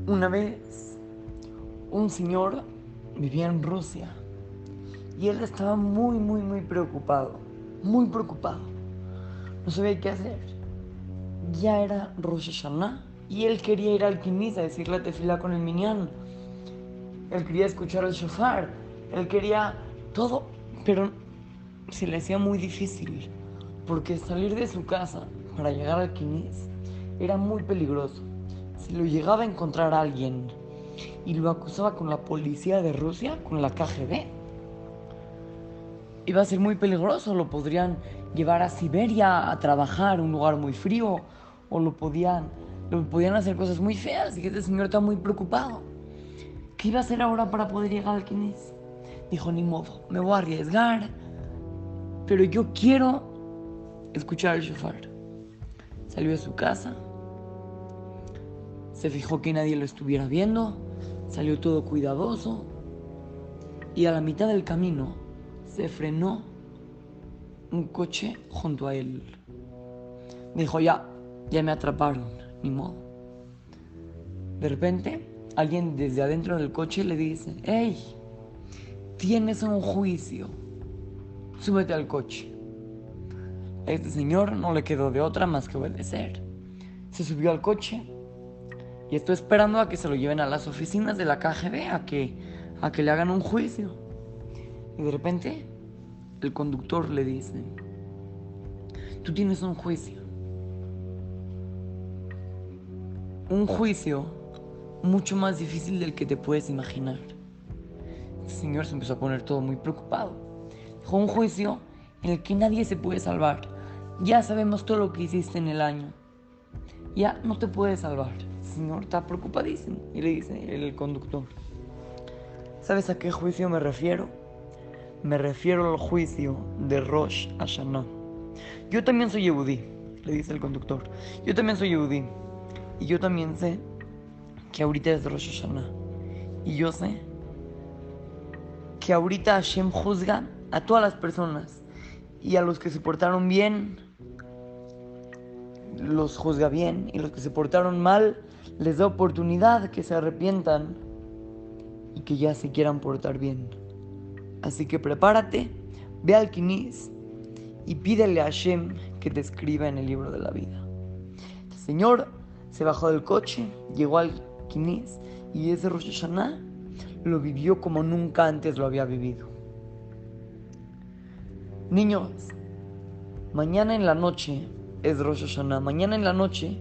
Una vez, un señor vivía en Rusia y él estaba muy preocupado, muy preocupado. No sabía qué hacer. Ya era Rosh Hashanah y él quería ir al Knis a decir la tefilá con el minyan. Él quería escuchar el shofar, él quería todo, pero se le hacía muy difícil porque salir de su casa para llegar al Knis era muy peligroso. Si lo llegaba a encontrar a alguien y lo acusaba con la policía de Rusia, con la KGB, iba a ser muy peligroso. Lo podrían llevar a Siberia a trabajar, un lugar muy frío, o lo podían hacer cosas muy feas. Y este señor está muy preocupado. ¿Qué iba a hacer ahora para poder llegar al Knis? Dijo, ni modo, me voy a arriesgar, pero yo quiero escuchar el shofar. Salió de su casa, se fijó que nadie lo estuviera viendo, salió todo cuidadoso y a la mitad del camino se frenó un coche junto a él. Dijo, ya me atraparon, ni modo. De repente, alguien desde adentro del coche le dice, hey, tienes un juicio, súbete al coche. A este señor no le quedó de otra más que obedecer. Se subió al coche y estoy esperando a que se lo lleven a las oficinas de la KGB a que le hagan un juicio. Y de repente el conductor le dice, tú tienes un juicio. Un juicio mucho más difícil del que te puedes imaginar. El señor se empezó a poner todo muy preocupado. Dijo, un juicio en el que nadie se puede salvar. Ya sabemos todo lo que hiciste en el año. Ya no te puedes salvar. El señor está preocupadísimo. Y le dice el conductor, ¿sabes a qué juicio me refiero? Me refiero al juicio de Rosh Hashanah. Yo también soy yehudí, le dice el conductor. Yo también soy yehudí. Y yo también sé que ahorita es Rosh Hashanah. Y yo sé que ahorita Hashem juzga a todas las personas. Y a los que se portaron bien, los juzga bien. Y los que se portaron mal, les da oportunidad que se arrepientan y que ya se quieran portar bien. Así que prepárate, ve al Knis y pídele a Hashem que te escriba en el libro de la vida. El señor se bajó del coche, llegó al Knis y ese Rosh Hashanah lo vivió como nunca antes lo había vivido. Niños, mañana en la noche es Rosh Hashanah. Mañana en la noche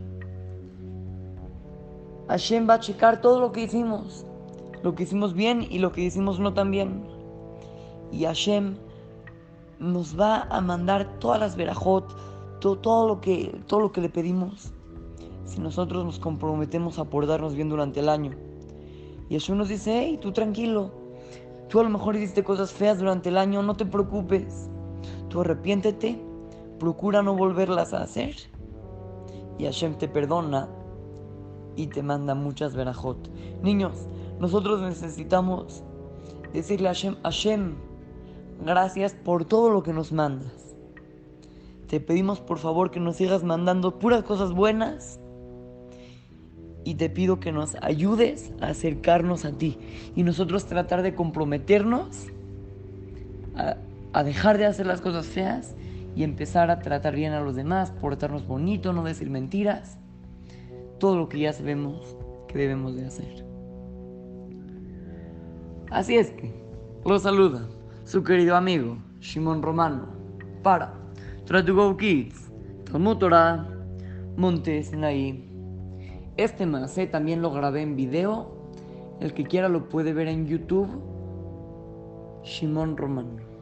Hashem va a checar todo lo que hicimos bien y lo que hicimos no tan bien. Y Hashem nos va a mandar todas las verajot, todo lo que le pedimos, si nosotros nos comprometemos a portarnos bien durante el año. Y Hashem nos dice, hey, tú tranquilo, tú a lo mejor hiciste cosas feas durante el año, no te preocupes, tú arrepiéntete, procura no volverlas a hacer, y Hashem te perdona y te manda muchas verajot. Niños, nosotros necesitamos decirle a Hashem, Hashem, gracias por todo lo que nos mandas. Te pedimos por favor que nos sigas mandando puras cosas buenas y te pido que nos ayudes a acercarnos a ti y nosotros tratar de comprometernos a dejar de hacer las cosas feas y empezar a tratar bien a los demás, portarnos bonito, no decir mentiras, todo lo que ya sabemos que debemos de hacer. Así es que los saluda su querido amigo Shimon Romano para Try to Go Kids, Talmud Torah, Monte Sinaí. Este maaseh también lo grabé en video. El que quiera lo puede ver en YouTube. Shimon Romano.